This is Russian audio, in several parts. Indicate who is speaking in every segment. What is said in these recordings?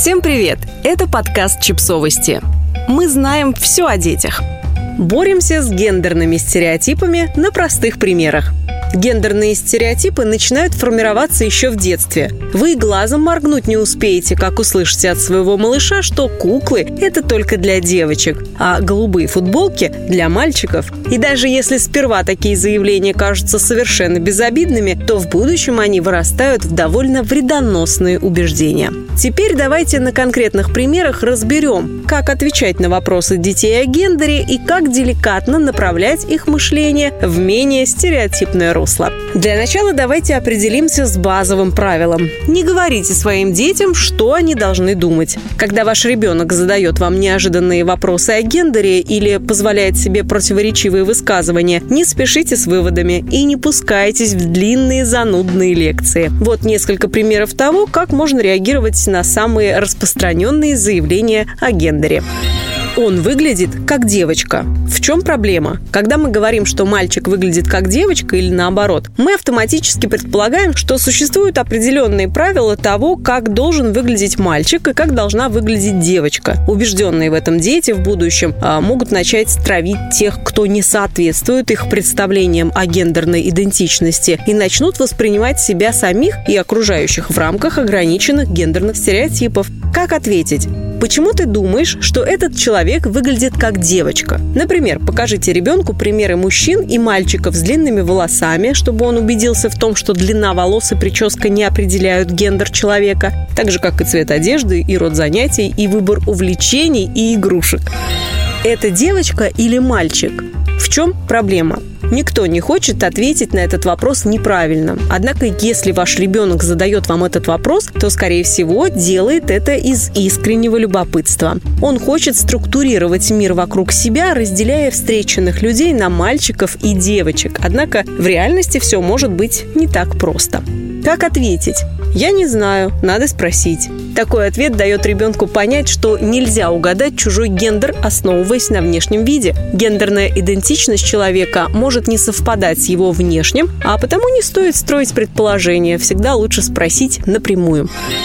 Speaker 1: Всем привет! Это подкаст «Чипсовости». Мы знаем все о детях. Боремся с гендерными стереотипами на простых примерах. Гендерные стереотипы начинают формироваться еще в детстве. Вы и глазом моргнуть не успеете, как услышите от своего малыша, что куклы – это только для девочек, а голубые футболки – для мальчиков. И даже если сперва такие заявления кажутся совершенно безобидными, то в будущем они вырастают в довольно вредоносные убеждения. Теперь давайте на конкретных примерах разберем, как отвечать на вопросы детей о гендере и как деликатно направлять их мышление в менее стереотипное русло. Для начала давайте определимся с базовым правилом. Не говорите своим детям, что они должны думать. Когда ваш ребенок задает вам неожиданные вопросы о гендере или позволяет себе противоречивые высказывания, не спешите с выводами и не пускайтесь в длинные занудные лекции. Вот несколько примеров того, как можно реагировать на самые распространенные заявления о гендере. Он выглядит как девочка. В чем проблема? Когда мы говорим, что мальчик выглядит как девочка или наоборот, мы автоматически предполагаем, что существуют определенные правила того, как должен выглядеть мальчик и как должна выглядеть девочка. Убежденные в этом дети в будущем могут начать травить тех, кто не соответствует их представлениям о гендерной идентичности, и начнут воспринимать себя самих и окружающих в рамках ограниченных гендерных стереотипов. Как ответить? Почему ты думаешь, что этот человек выглядит как девочка? Например, покажите ребенку примеры мужчин и мальчиков с длинными волосами, чтобы он убедился в том, что длина волос и прическа не определяют гендер человека, так же, как и цвет одежды, и род занятий, и выбор увлечений и игрушек. Это девочка или мальчик? В чем проблема? Никто не хочет ответить на этот вопрос неправильно. Однако, если ваш ребенок задает вам этот вопрос, то, скорее всего, делает это из искреннего любопытства. Он хочет структурировать мир вокруг себя, разделяя встреченных людей на мальчиков и девочек. Однако, в реальности все может быть не так просто. Как ответить? Я не знаю, надо спросить. Такой ответ дает ребенку понять, что нельзя угадать чужой гендер, основываясь на внешнем виде. Гендерная идентичность человека может не совпадать с его внешним, а потому не стоит строить предположения, всегда лучше спросить напрямую.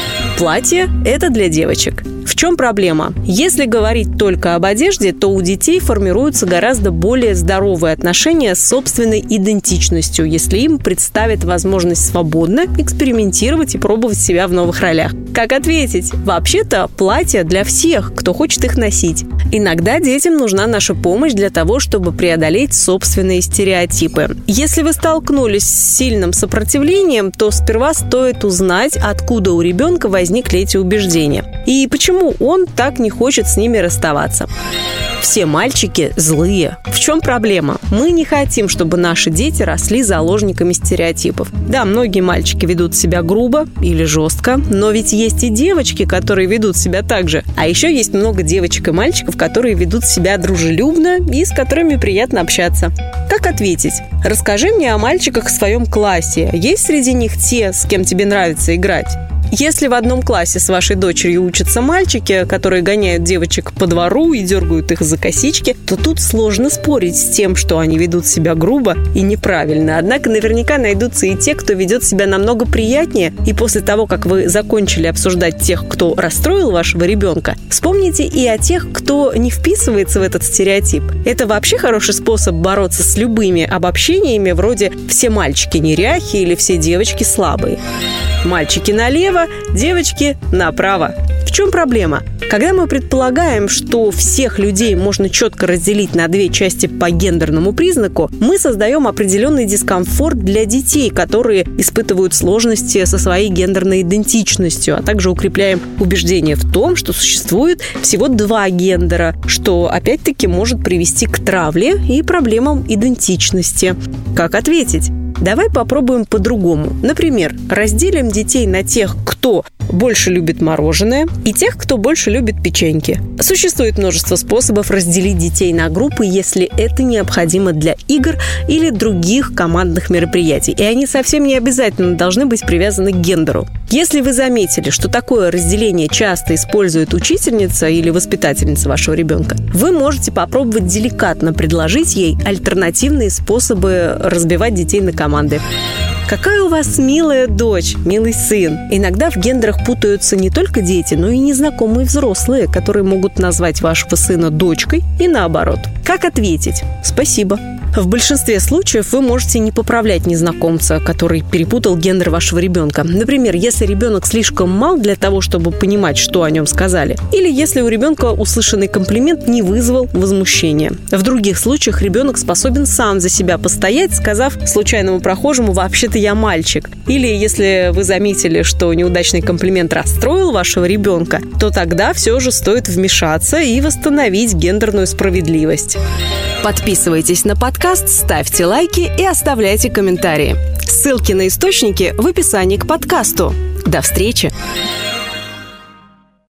Speaker 1: Платье – это для девочек. В чем проблема? Если говорить только об одежде, то у детей формируются гораздо более здоровые отношения с собственной идентичностью, если им представят возможность свободно экспериментировать и пробовать себя в новых ролях. Как ответить? Вообще-то платья для всех, кто хочет их носить. Иногда детям нужна наша помощь для того, чтобы преодолеть собственные стереотипы. Если вы столкнулись с сильным сопротивлением, то сперва стоит узнать, откуда у ребенка возникли эти убеждения. И почему он так не хочет с ними расставаться. Все мальчики злые. В чем проблема? Мы не хотим, чтобы наши дети росли заложниками стереотипов. Да, многие мальчики ведут себя грубо или жестко, но ведь есть и девочки, которые ведут себя так же. А еще есть много девочек и мальчиков, которые ведут себя дружелюбно и с которыми приятно общаться. Как ответить? Расскажи мне о мальчиках в своем классе. Есть среди них те, с кем тебе нравится играть? Если в одном классе с вашей дочерью учатся мальчики, которые гоняют девочек по двору и дергают их за косички, то тут сложно спорить с тем, что они ведут себя грубо и неправильно. Однако наверняка найдутся и те, кто ведет себя намного приятнее. И после того, как вы закончили обсуждать тех, кто расстроил вашего ребенка, вспомните и о тех, кто не вписывается в этот стереотип. Это вообще хороший способ бороться с любыми обобщениями вроде «все мальчики неряхи» или «все девочки слабые». Мальчики налево, девочки направо. В чем проблема? Когда мы предполагаем, что всех людей можно четко разделить на две части по гендерному признаку, мы создаем определенный дискомфорт для детей, которые испытывают сложности со своей гендерной идентичностью, а также укрепляем убеждение в том, что существует всего два гендера, что опять-таки может привести к травле и проблемам идентичности. Как ответить? Давай попробуем по-другому. Например, разделим детей на тех, кто больше любит мороженое, и тех, кто больше любит печеньки. Существует множество способов разделить детей на группы, если это необходимо для игр или других командных мероприятий, и они совсем не обязательно должны быть привязаны к гендеру. Если вы заметили, что такое разделение часто использует учительница или воспитательница вашего ребенка, вы можете попробовать деликатно предложить ей альтернативные способы разбивать детей на команды. «Какая у вас милая дочь, милый сын». Иногда в гендерах путаются не только дети, но и незнакомые взрослые, которые могут назвать вашего сына дочкой и наоборот. Как ответить? Спасибо. В большинстве случаев вы можете не поправлять незнакомца, который перепутал гендер вашего ребенка. Например, если ребенок слишком мал для того, чтобы понимать, что о нем сказали, или если у ребенка услышанный комплимент не вызвал возмущения. В других случаях ребенок способен сам за себя постоять, сказав случайному прохожему «вообще-то я мальчик». Или если вы заметили, что неудачный комплимент расстроил вашего ребенка, то тогда все же стоит вмешаться и восстановить гендерную справедливость. Подписывайтесь на подкаст, ставьте лайки и оставляйте комментарии. Ссылки на источники в описании к подкасту. До встречи!